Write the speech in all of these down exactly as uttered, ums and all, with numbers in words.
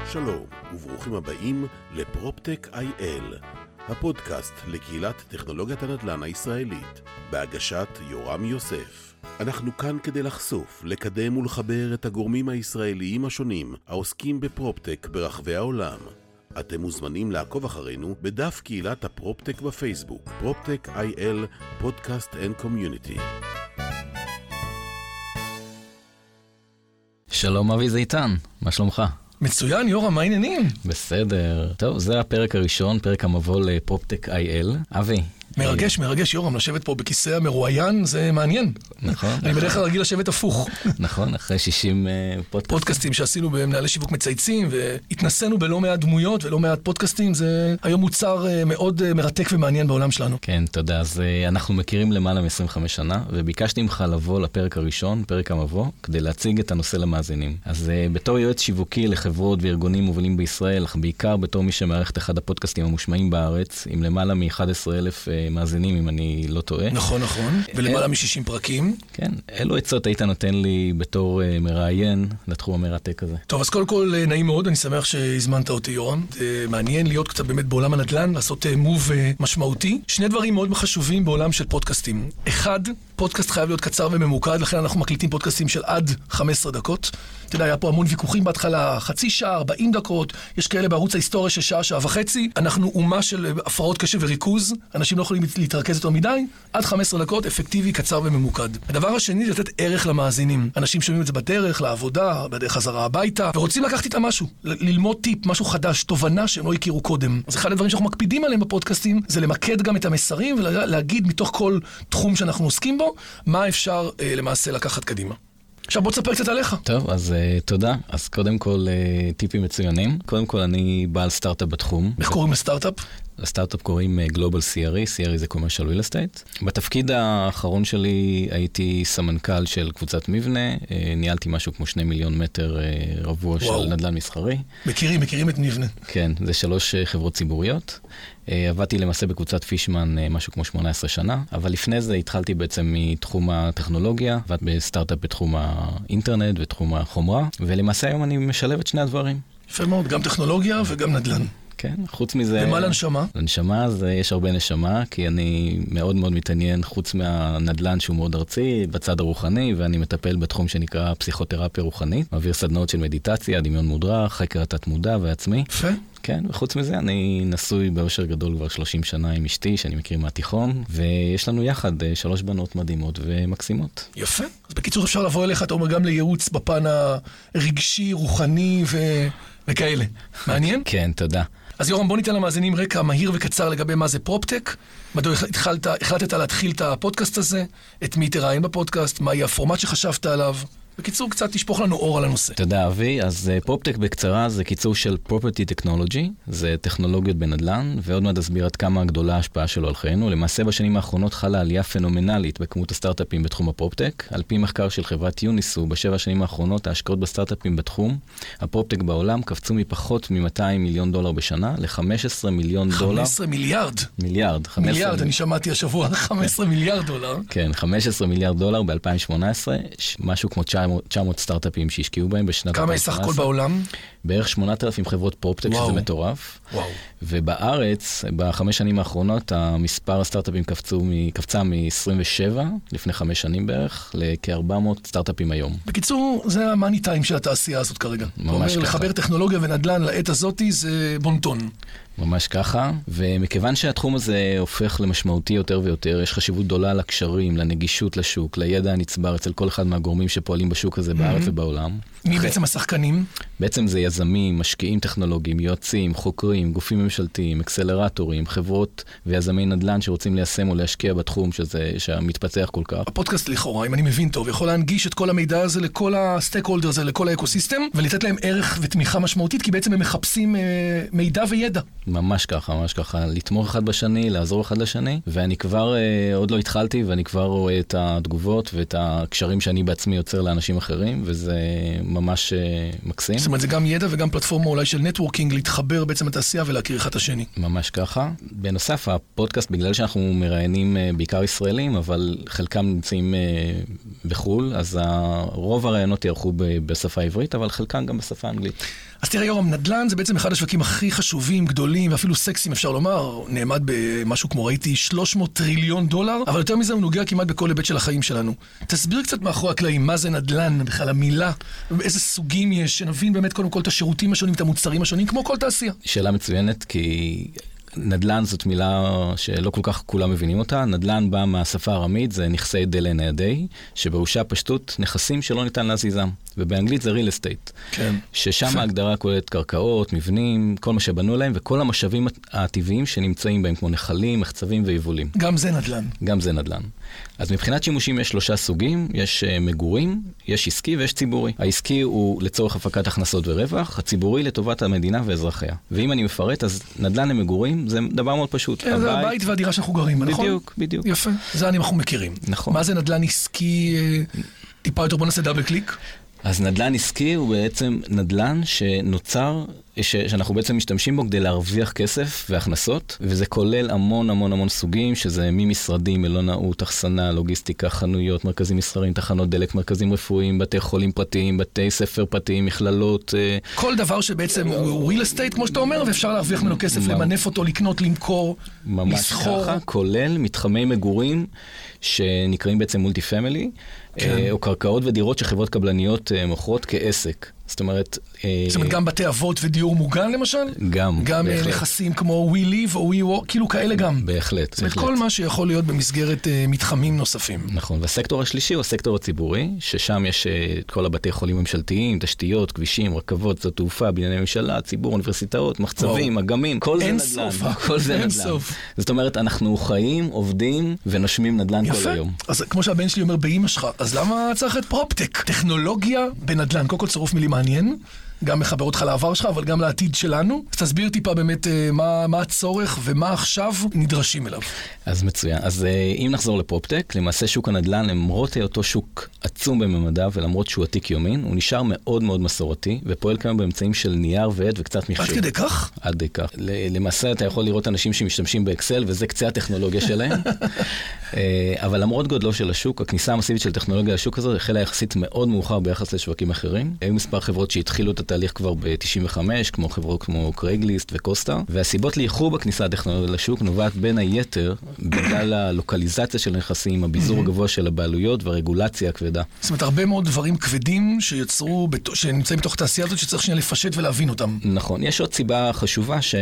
שלום וברוכים הבאים לפרופטק איי אל, הפודקאסט לקהילת טכנולוגיית הנדל"ן הישראלית, בהגשת יורם יוסף. אנחנו כאן כדי לחשוף, לקדם ולחבר את הגורמים הישראליים השונים העוסקים בפרופטק ברחבי העולם. אתם מוזמנים לעקוב אחרינו בדף קהילת הפרופטק בפייסבוק, פרופטק איי אל פודקאסט אנד קומיוניטי. שלום אבי זיתן, מה שלומך? מצוין, יורם, מה העניינים? בסדר. טוב, זה הפרק הראשון, פרק המבוא לפרופטק איי אל. אבי. מרגש, מרגש, יורם, לשבת פה בכיסא המרואיין, זה מעניין. נכון. אני בדרך כלל רגיל לשבת הפוך. נכון, אחרי שישים פודקאסטים. פודקאסטים שעשינו במנהלי שיווק מצייצים, והתנסינו בלא מעט דמויות ולא מעט פודקאסטים, זה היום מוצר מאוד מרתק ומעניין בעולם שלנו. כן, תודה. אז אנחנו מכירים למעלה מ-עשרים וחמש שנה, וביקשתי ממך לבוא לפרק הראשון, פרק המבוא, כדי להציג את הנושא למאזינים. אז בתור יועץ שיווקי לחברות וארגונים מובילים בישראל, אך בעיקר בתור מי שמערכת אחד הפודקאסטים המושמעים בארץ, עם למעלה מ-אחד עשר אלף מאזינים, אם אני לא טועה. נכון, נכון. ולמעלה מ-שישים פרקים. כן. אילו עצות היית נותן לי בתור מראיין לתחום המרתק הזה? טוב, אז קודם כל נעים מאוד, אני שמח שהזמנת אותי, יורם. זה מעניין להיות קצת באמת בעולם הנדל"ן, לעשות מוב משמעותי. שני דברים מאוד חשובים בעולם של פודקאסטים. אחד, פודקאסט חייב להיות קצר וממוקד, לכן אנחנו מקליטים פודקאסטים של עד חמש עשרה דקות. אתה יודע, היה פה המון ויכוחים בהתחלה, חצי שעה, ארבעים דקות, יש כאלה בערוץ ההיסטוריה של שעה, שעה וחצי. אנחנו אומה של הפרעות קשב וריכוז, אנשים לא יכולים להתרכז יותר מדי, עד חמש עשרה דקות, אפקטיבי, קצר וממוקד. הדבר השני זה לתת ערך למאזינים. אנשים שומעים את זה בדרך, לעבודה, בדרך חזרה הביתה, ורוצים לקחת איתם משהו, ללמוד טיפ, משהו חדש, תובנה שהם לא הכירו קודם. אז אחד הדברים שאנחנו מקפידים עליהם בפודקאסטים, זה למקד גם את המסרים ולהגיד מתוך כל תחום שאנחנו עוסקים בו, מה אפשר אה, למעשה לקחת קדימה. עכשיו בוא תספר קצת עליך. טוב, אז uh, תודה. אז קודם כל, uh, טיפים מצוינים. קודם כל, אני בעל סטארט-אפ בתחום. איך קוראים לסטארט-אפ? לסטארט-אפ קוראים uh, Global סי אר אי, סי אר אי זה Commercial Real Estate. בתפקיד האחרון שלי הייתי סמנכ"ל של קבוצת מבנה, uh, ניהלתי משהו כמו שני מיליון מטר uh, רבוע וואו. של נדל"ן מסחרי. מכירים, מכירים את מבנה. כן, זה שלוש uh, חברות ציבוריות. Uh, עבדתי למעשה בקבוצת פישמן uh, משהו כמו שמונה עשרה שנה, אבל לפני זה התחלתי בעצם מתחום הטכנולוגיה, עבדתי בסטארט-אפ בתחום האינטרנט ותחום החומרה, ולמעשה היום אני משלב את שני הדברים. יפה מאוד, גם טכנולוגיה וגם נדל"ן. כן, חוץ מזה... ומה לנשמה? לנשמה, אז יש הרבה נשמה, כי אני מאוד מאוד מתעניין, חוץ מהנדל"ן שהוא מאוד ארצי, בצד הרוחני, ואני מטפל בתחום שנקרא פסיכותרפיה רוחנית, מעביר סדנאות של מדיטציה, דמיון מודרך, חקר התת-מודע ועצמי. יפה. כן, וחוץ מזה אני נשוי באושר גדול כבר שלושים שנה עם אשתי, שאני מכיר מהתיכון, ויש לנו יחד שלוש בנות מדהימות ומקסימות. יפה. אז בקיצור אפשר לבוא אליך, אתה אומר גם לייעוץ בפן הרגשי, רוחני ו... וכאלה. מעניין? כן, תודה. אז יורם, בוא ניתן למאזינים רקע מהיר וקצר לגבי מה זה פרופטק, מדוע התחלת, החלטת להתחיל את הפודקאסט הזה, את מי תראיין בפודקאסט, מהי הפורמט שחשבת עליו. בקיצור, קצת תשפוך לנו אור על הנושא. תודה, אבי. אז פרופטק בקצרה זה קיצור של Property Technology, זה טכנולוגיות בנדל"ן, ועוד מעט אסביר עד כמה גדולה ההשפעה שלו על חיינו. למעשה בשנים האחרונות חלה עלייה פנומנלית בכמות הסטארט-אפים בתחום הפרופטק. על פי מחקר של חברת יוניסו, בשבע השנים האחרונות ההשקעות בסטארט-אפים בתחום הפרופטק בעולם קפצו מפחות מ-מאתיים מיליון דולר בשנה ל-חמש עשרה מיליון דולר. חמש עשרה מיליארד. מיליארד. מיליארד, אני שמעתי השבוע, חמש עשרה מיליארד דולר. כן, חמש עשרה מיליארד דולר ב-אלפיים שמונה עשרה, משהו כמו תשע מאות סטארט-אפים שהשקיעו בהם בשנת כמה יש סך הכל בעולם? בערך שמונת אלפים חברות פרופטק, שזה מטורף. וואו. ובארץ, בחמש שנים האחרונות, המספר הסטארט-אפים קפצו, קפצה מ-עשרים ושבע, לפני חמש שנים בערך, לכ-ארבע מאות סטארט-אפים היום. בקיצור, זה המאני טיים של התעשייה הזאת כרגע. ממש ככה. לחבר טכנולוגיה ונדל"ן לעת הזאת זה בונטון. ממש ככה, ומכיוון שהתחום הזה הופך למשמעותי יותר ויותר, יש חשיבות גדולה לקשרים, לנגישות לשוק, לידע הנצבר אצל כל אחד מהגורמים שפועלים בשוק הזה בארץ ובעולם. מי בעצם השחקנים? בעצם זה יזמים, משקיעים טכנולוגיים, יועצים, חוקרים, גופים ממשלתיים, אקסלרטורים, חברות ויזמי נדל"ן שרוצים ליישם או להשקיע בתחום שזה, שמתפתח כל כך. הפודקאסט לכאורה, אם אני מבין טוב, יכול להנגיש את כל המידע הזה לכל הסטייק הולדר הזה, לכל האקוסיסטם, ולתת להם ערך ותמיכה משמעותית, כי בעצם הם מחפשים אה, מידע וידע. ממש ככה, ממש ככה, לתמוך אחד בשני, לעזור אחד לשני, ואני כבר אה, עוד לא התחלתי, ואני כבר רואה את התגובות ואת הקשרים שאני בעצמי יוצר לאנשים אחרים, וזה ממש אה, מקסים. זאת אומרת, זה גם ידע וגם פלטפורמה אולי של נטוורקינג, להתחבר בעצם לתעשייה ולהכיר אחד השני. ממש ככה. בנוסף, הפודקאסט, בגלל שאנחנו מראיינים אה, בעיקר ישראלים, אבל חלקם נמצאים אה, בחול, אז רוב הרעיונות יערכו ב- בשפה העברית, אבל חלקם גם בשפה האנגלית. אז תראה, יורם, נדל"ן זה בעצם אחד השווקים הכי חשובים, גדולים, ואפילו סקסיים, אפשר לומר. נעמד במשהו כמו ראיתי שלוש מאות טריליון דולר, אבל יותר מזה הוא נוגע כמעט בכל היבט של החיים שלנו. תסביר קצת מאחורי הקלעים, מה זה נדל"ן, בכלל המילה, איזה סוגים יש, שנבין באמת קודם כל את השירותים השונים, את המוצרים השונים, כמו כל תעשייה. שאלה מצוינת, כי נדל"ן זאת מילה שלא כל כך כולם מבינים אותה. נדל"ן בא מהשפה הארמית, זה נכסי דלן הידי, שבראשה פשטות נכסים שלא ניתן להזיזם. ובאנגלית זה real estate. כן. ששם ההגדרה כוללת קרקעות, מבנים, כל מה שבנו להם, וכל המשאבים הטבעיים שנמצאים בהם, כמו נחלים, מחצבים ויבולים. גם זה נדל"ן. גם זה נדל"ן. אז מבחינת שימושים יש שלושה סוגים, יש מגורים, יש עסקי ויש ציבורי. העסקי הוא לצורך הפקת הכנסות ורווח, הציבורי לטובת המדינה ואזרחיה. ואם אני מפרט, אז נדל"ן למגורים זה דבר מאוד פשוט. כן, הבית... זה הבית והדירה שאנחנו גרים, נכון? בדיוק, בדיוק. יפה, זה אנחנו מכירים. נכון. מה זה נדל"ן עסקי? טיפה יותר, בוא נעשה דאבל קליק. אז נדל"ן עסקי הוא בעצם נדל"ן שנוצר, ש- שאנחנו בעצם משתמשים בו כדי להרוויח כסף והכנסות, וזה כולל המון המון המון סוגים, שזה ממשרדים, מלונאות, אחסנה, לוגיסטיקה, חנויות, מרכזים מסחריים, תחנות דלק, מרכזים רפואיים, בתי חולים פרטיים, בתי ספר פרטיים, מכללות. כל דבר שבעצם הוא real estate, כמו שאתה אומר, ואפשר להרוויח ממנו כסף, למנף אותו, לקנות, למכור, ממש לסחור. ככה, כולל מתחמי מגורים שנקראים בעצם מולטי פמילי, כן. או קרקעות ודירות שחברות קבלניות מוכרות כעסק. זאת אומרת... זאת אומרת, גם בתי אבות ודיור מוגן למשל? גם, גם בהחלט. נכסים כמו We Live או We Work, כאילו כאלה גם. בהחלט, זאת אומרת, בהחלט. כל מה שיכול להיות במסגרת uh, מתחמים נוספים. נכון, והסקטור השלישי הוא הסקטור הציבורי, ששם יש uh, את כל הבתי חולים הממשלתיים, תשתיות, כבישים, רכבות, זאת תעופה, בנייני ממשלה, ציבור, אוניברסיטאות, מחצבים, אגמים, כל זה נדל"ן. כל זה נדל"ן. זאת אומרת, אנחנו חיים, עובדים ונושמים נדל"ן יפה. כל היום. אז כמו שהבן שלי אומר באמא שלך, אז למה צריך את פרופטק? טכנולוגיה בנדל"ן, קודם כל צירוף מילים מעניין. גם מחבר אותך לעבר שלך, אבל גם לעתיד שלנו. אז תסביר טיפה באמת מה, מה הצורך ומה עכשיו נדרשים אליו. אז מצוין. אז אם נחזור לפרופטק, למעשה שוק הנדל"ן, למרות היותו שוק עצום בממדיו, ולמרות שהוא עתיק יומין, הוא נשאר מאוד מאוד מסורתי, ופועל כמה באמצעים של נייר ועד וקצת מחשוב. עד כדי כך? עד כדי כך. למעשה אתה יכול לראות אנשים שמשתמשים באקסל, וזה קצה הטכנולוגיה שלהם. אבל למרות גודלו של השוק, הכניסה המסיבית של טכנולוגיה לשוק הזה החלה יחסית מאוד מאוחר ביחס לשווקים אחרים. היו מספר חברות שהתחילו את התהליך כבר ב-תשעים וחמש, כמו חברות כמו קרייגליסט וקוסטה, והסיבות לאיחור בכניסה הטכנולוגיה לשוק נובעת בין היתר בגלל הלוקליזציה של נכסים, הביזור הגבוה של הבעלויות והרגולציה הכבדה. זאת אומרת, הרבה מאוד דברים כבדים שיצרו, שנמצאים בתוך התעשייה הזאת, שצריך שנייה לפשט ולהבין אותם. נכון. יש עוד סיבה חשובה ש...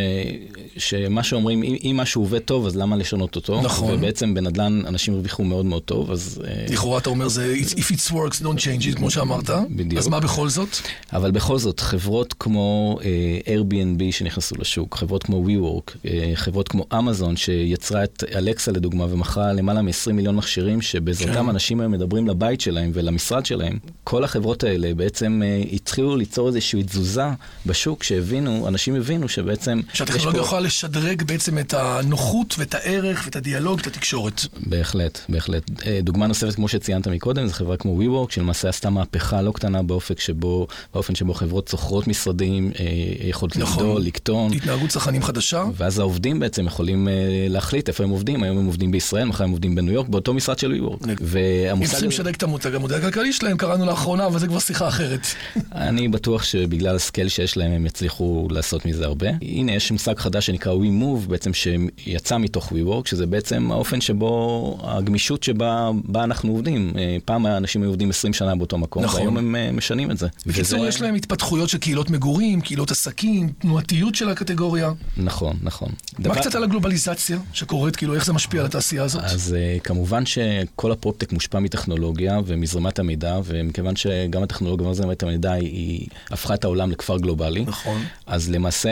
שמה שאומרים, אם משהו עובד טוב, אז למה לשנות אותו? נכון. ובעצם בנדל"ן אנשים הרוויחו מאוד מאוד טוב, אז... לכאורה אתה אומר, זה if it works, don't change it, כמו שאמרת. בדיוק. אז מה בכל זאת? אבל בכל זאת, חברות כמו uh, Airbnb שנכנסו לשוק, חברות כמו WeWork, uh, חברות כמו אמזון שיצרה את אלקסה לדוגמה ומכרה למעלה מ-עשרים מיליון מכשירים שבעזרתם כן. אנשים היום מדברים לבית שלהם ולמשרד שלהם. כל החברות האלה בעצם uh, התחילו ליצור איזושהי תזוזה בשוק שהבינו, אנשים הבינו שבעצם... שהטכנולוגיה יכולה פה... לשדרג בעצם את הנוחות ואת הערך ואת הדיאלוג ואת התקשורת. בהחלט, בהחלט. Uh, דוגמה נוספת כמו שציינת מקודם, זו חברה כמו WeWork שלמעשה עשתה מהפכה לא קטנה באופק שבו, באופן שבו חברות שוכרות משרדים, יכולת לגדול, לקטון. התנהגות צרכנים חדשה. ואז העובדים בעצם יכולים להחליט איפה הם עובדים. היום הם עובדים בישראל, מחר הם עובדים בניו יורק, באותו משרד של WeWork. הם צריכים לשדרג את המותג, המותג הכלכלי שלהם, קראנו לאחרונה, אבל זה כבר שיחה אחרת. אני בטוח שבגלל הסקייל שיש להם, הם יצליחו לעשות מזה הרבה. הנה, יש מושג חדש שנקרא WeMove, בעצם שיצא מתוך WeWork, שזה בעצם האופן שבו, הגמישות שבה אנחנו עובדים. פעם האנשים היו עובדים עשרים שנה באותו מקום, והיום הם משנים את זה. בקיצור, יש להם התפתחויות של קהילות מגורים, קהילות עסקים, תנועתיות של הקטגוריה. נכון, נכון. מה דבר... קצת על הגלובליזציה שקורית, כאילו איך זה משפיע על התעשייה הזאת? אז uh, כמובן שכל הפרופטק מושפע מטכנולוגיה ומזרמת המידע, ומכיוון שגם הטכנולוגיה ומזרמת המידע היא, היא הפכה את העולם לכפר גלובלי. נכון. אז למעשה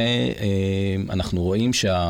uh, אנחנו רואים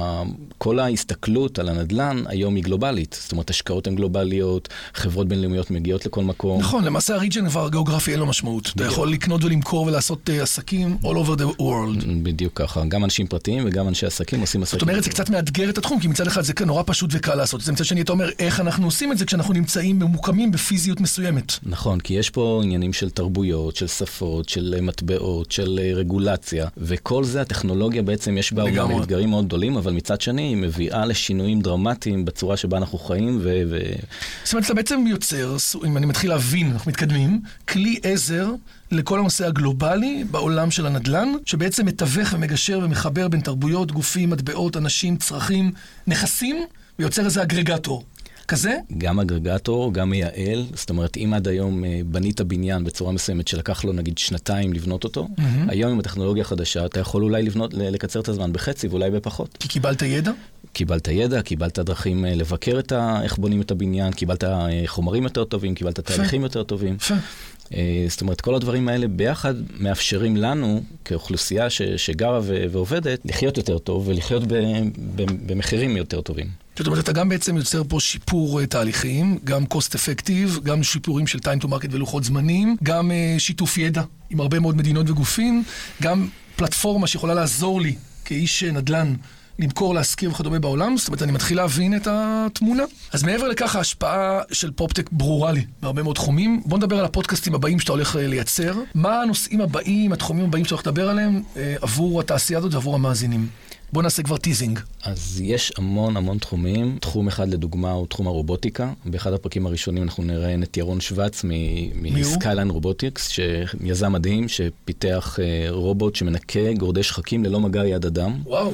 שכל ההסתכלות על הנדלן היום היא גלובלית. זאת אומרת, השקעות הן גלובליות, חברות בינלאומיות מגיעות לכל מקום. נכון, למעשה הריג'ן כבר גיאוגרפי אין לו משמעות. אתה יכול לקנות ולמכור ולעשות uh, עסקים all over the world. בדיוק ככה. גם אנשים פרטיים וגם אנשי עסקים עושים עסקים. זאת אומרת, זה קצת מאתגר את התחום, כי מצד אחד זה נורא פשוט וקל לעשות. זה מצד שני, אתה אומר, איך אנחנו עושים את זה כשאנחנו נמצאים ממוקמים בפיזיות מסוימת. נכון, כי יש פה עניינים של תרבויות, של שפות, של מטבעות, של רגולציה, וכל זה הטכנולוגיה בעצם יש בה אומנם אתגרים מאוד גדולים, אבל מצד שני היא מביאה לשינויים דרמטיים בצורה שבה אנחנו חיים ו... ו... זאת אומרת, אתה בעצם יוצר, אם אני מתחיל להבין, אנחנו מתקדמים, כלי עזר לכל הנושא הגלובלי, בעולם של הנדל"ן, שבעצם מתווך ומגשר ומחבר בין תרבויות, גופים, מטבעות, אנשים, צרכים, נכסים, ויוצר איזה אגרגטור. כזה? גם אגרגטור, גם מייעל. זאת אומרת, אם עד היום בנית בניין בצורה מסוימת שלקח לו נגיד שנתיים לבנות אותו, mm-hmm. היום עם הטכנולוגיה החדשה, אתה יכול אולי לבנות, לקצר את הזמן בחצי ואולי בפחות. כי קיבלת ידע? קיבלת ידע, קיבלת דרכים לבקר את ה... איך בונים את הבניין, קיבלת חומרים יותר טובים, קיבלת תהליכים יותר טובים. זאת אומרת, כל הדברים האלה ביחד מאפשרים לנו, כאוכלוסייה ש... שגרה ו... ועובדת, לחיות יותר טוב ולחיות ב... ב... במחירים יותר טובים. זאת אומרת, אתה גם בעצם יוצר פה שיפור תהליכים, גם cost effective, גם שיפורים של time to market ולוחות זמנים, גם שיתוף ידע עם הרבה מאוד מדינות וגופים, גם פלטפורמה שיכולה לעזור לי כאיש נדל"ן, למכור, להשכיר וכדומה בעולם. זאת אומרת, אני מתחיל להבין את התמונה. אז מעבר לכך, ההשפעה של פרופטק ברורה לי בהרבה מאוד תחומים. בוא נדבר על הפודקאסטים הבאים שאתה הולך לייצר. מה הנושאים הבאים, התחומים הבאים שאתה הולך לדבר עליהם, עבור התעשייה הזאת ועבור המאזינים? בוא נעשה כבר טיזינג. אז יש המון המון תחומים. תחום אחד לדוגמה הוא תחום הרובוטיקה. באחד הפרקים הראשונים אנחנו נראה את ירון שוואץ מסקיילן רובוטיקס, שיזם מדהים, שפיתח רובוט שמנקה גורדי שחקים ללא מגע יד אדם. וואו.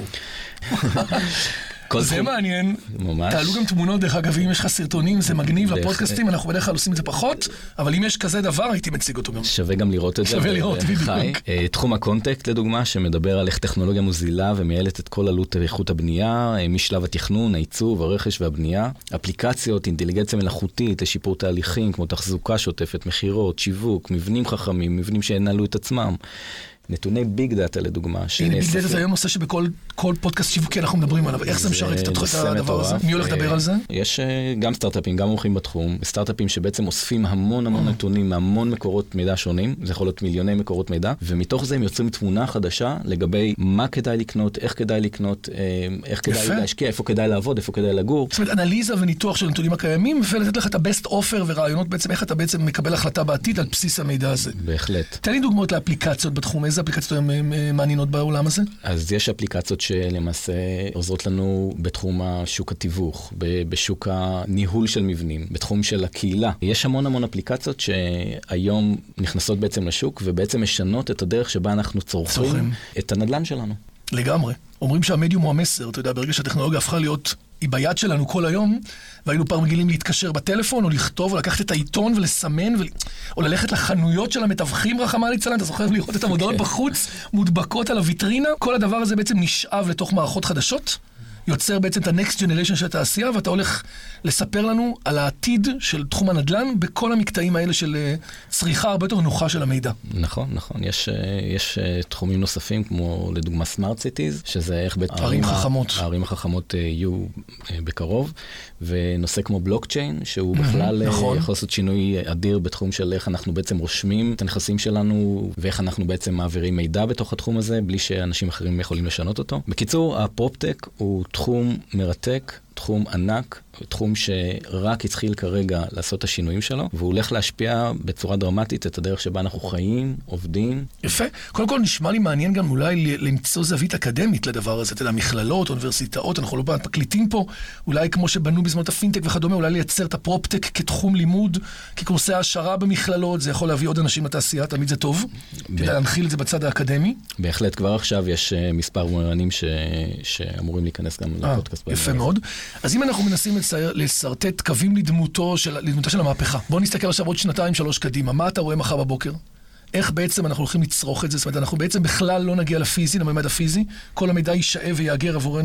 זה תחום... מעניין. ממש. תעלו גם תמונות, דרך אגב, אם יש לך סרטונים, זה מגניב לפודקאסטים, אנחנו בדרך כלל עושים את זה פחות, אבל אם יש כזה דבר, הייתי מציג אותו גם. שווה גם לראות את זה. שווה לראות, בדיוק. תחום הקונטקט, לדוגמה, שמדבר על איך טכנולוגיה מוזילה ומייעלת את כל עלות איכות הבנייה, משלב התכנון, העיצוב, הרכש והבנייה, אפליקציות, אינטליגנציה מלאכותית לשיפור תהליכים, כמו תחזוקה שוטפת, מחירות, שיווק, מבנים חכמים, מבנים שינהלו את עצמם. נתוני ביג דאטה לדוגמה. הנה, ביג דאטה זה היום נושא שבכל פודקאסט שיווקי אנחנו מדברים עליו. איך זה משרת את הדבר הזה? מי הולך לדבר על זה? יש גם סטארט-אפים, גם מומחים בתחום, סטארט-אפים שבעצם אוספים המון המון נתונים מהמון מקורות מידע שונים, זה יכול להיות מיליוני מקורות מידע, ומתוך זה הם יוצרים תמונה חדשה לגבי מה כדאי לקנות, איך כדאי לקנות, איך כדאי להשקיע, איפה כדאי לעבוד, איפה כדאי לגור. זאת אומרת, אנליזה וניתוח של הנתונים הקיימים, ולתת לך את ה-best offer ורעיונות בעצם איך אתה בעצם מקבל החלטה בעתיד על בסיס המידע הזה. בהחלט. תן לי דוגמאות לאפליקציות בתחום. איזה אפליקציות מעניינות בעולם הזה? אז יש אפליקציות שלמעשה עוזרות לנו בתחום השוק התיווך, בשוק הניהול של מבנים, בתחום של הקהילה. יש המון המון אפליקציות שהיום נכנסות בעצם לשוק, ובעצם משנות את הדרך שבה אנחנו צורכים את הנדל"ן שלנו. לגמרי. אומרים שהמדיום הוא המסר, אתה יודע, ברגע שהטכנולוגיה הפכה להיות, היא ביד שלנו כל היום, והיינו פעם רגילים להתקשר בטלפון, או לכתוב, או לקחת את העיתון ולסמן, ו... או ללכת לחנויות של המתווכים רחמה ליצלן, אתה זוכר לראות את המודעות בחוץ, מודבקות על הוויטרינה. כל הדבר הזה בעצם נשאב לתוך מערכות חדשות, יוצר בעצם את ה-next generation של התעשייה, ואתה הולך לספר לנו על העתיד של תחום הנדל"ן, בכל המקטעים האלה של צריכה הרבה יותר נוחה של המידע. נכון, נכון. יש, יש תחומים נוספים, כמו לדוגמה Smart Cities, שזה איך הערים החכמות. הערים החכמות יהיו בקרוב, ונושא כמו בלוקצ'יין, שהוא בכלל נכון. יכול לעשות שינוי אדיר בתחום של איך אנחנו בעצם רושמים את הנכסים שלנו, ואיך אנחנו בעצם מעבירים מידע בתוך התחום הזה, בלי שאנשים אחרים יכולים לשנות אותו. בקיצור, הפרופטק הוא תחום מרתק, תחום ענק, תחום שרק התחיל כרגע לעשות את השינויים שלו, והוא הולך להשפיע בצורה דרמטית את הדרך שבה אנחנו חיים, עובדים. יפה. קודם כל נשמע לי מעניין גם אולי למצוא זווית אקדמית לדבר הזה, אתה יודע, מכללות, אוניברסיטאות, אנחנו לא פעם מקליטים פה, אולי כמו שבנו בזמן את הפינטק וכדומה, אולי לייצר את הפרופטק כתחום לימוד, כקורסי העשרה במכללות, זה יכול להביא עוד אנשים לתעשייה, תמיד זה טוב, כדי להנחיל את זה בצד האקדמי. בהחלט, כבר עכשיו יש מספר מרואיינים ש... שאמורים להיכנס גם לפודקאסט. יפה מאוד. אז אם אנחנו מנסים לסרטט קווים לדמותו של, לדמותה של המהפכה, בואו נסתכל עכשיו עוד שנתיים, שלוש קדימה. מה אתה רואה מחר בבוקר? איך בעצם אנחנו הולכים לצרוך את זה? זאת אומרת, אנחנו בעצם בכלל לא נגיע לפיזי, לממד הפיזי. כל המידע יישאב ויאגר עבורנו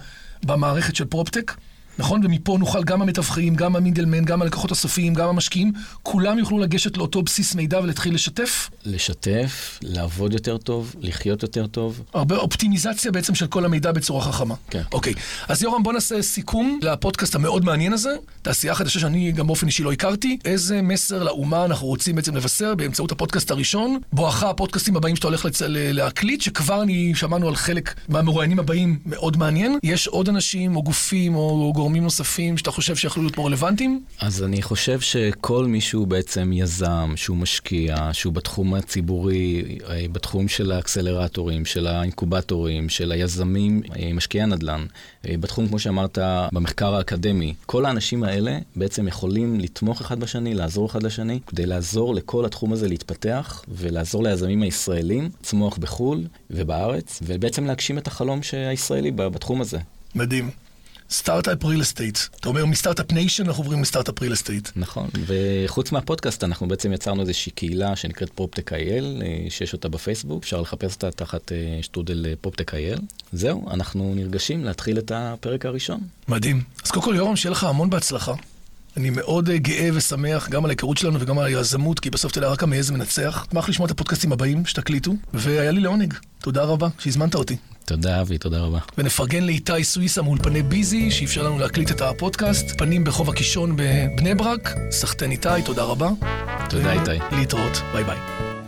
במערכת של פרופטק. נכון? ומפה נוכל גם המתווכים, גם המידלמן, גם הלקוחות הסופיים, גם המשקיעים, כולם יוכלו לגשת לאותו בסיס מידע ולהתחיל לשתף? לשתף, לעבוד יותר טוב, לחיות יותר טוב. הרבה אופטימיזציה בעצם של כל המידע בצורה חכמה. כן. אוקיי. אז יורם, בוא נעשה סיכום לפודקאסט המאוד מעניין הזה, תעשייה חדשה שאני גם באופן אישי לא הכרתי. איזה מסר לאומה אנחנו רוצים בעצם לבשר באמצעות הפודקאסט הראשון? בואכה הפודקאסטים הבאים שאתה הולך לצ... להקליט, שכבר אני שמענו על חלק מהמרואיינים הבאים מאוד מעניין. יש עוד אנשים או גופים או גורמים נוספים שאתה חושב שיכולו להיות פה רלוונטיים? אז אני חושב שכל מישהו בעצם יזם, שהוא משקיע, שהוא בתחום הציבורי, בתחום של האקסלרטורים, של האינקובטורים, של היזמים, משקיעי הנדל"ן, בתחום, כמו שאמרת, במחקר האקדמי, כל האנשים האלה בעצם יכולים לתמוך אחד בשני, לעזור אחד לשני, כדי לעזור לכל התחום הזה להתפתח, ולעזור ליזמים הישראלים, לצמוח בחול ובארץ, ובעצם להגשים את החלום הישראלי בתחום הזה. מדהים. סטארט-אפ ריל אסטייט. אתה אומר, מסטארט-אפ ניישן אנחנו עוברים לסטארט-אפ ריל אסטייט. נכון, וחוץ מהפודקאסט אנחנו בעצם יצרנו איזושהי קהילה שנקראת פרופטק איי אל, שיש אותה בפייסבוק, אפשר לחפש אותה תחת שטודל פרופטק איי אל. זהו, אנחנו נרגשים להתחיל את הפרק הראשון. מדהים. אז קודם כל, יורם, שיהיה לך המון בהצלחה. אני מאוד גאה ושמח גם על ההיכרות שלנו וגם על היזמות, כי בסוף תלה רק המעז מנצח. אשמח לשמוע את הפודקאסטים הבאים שתקליטו, והיה לי לעונג. תודה רבה שהזמנת אותי. תודה אבי, תודה רבה. ונפרגן לאיתי סוויסה מאולפני ביזי, שאפשר לנו להקליט את הפודקאסט. פנים בחוב הקישון בבני ברק. סחטן איתי, תודה רבה. תודה איתי. להתראות, ביי ביי.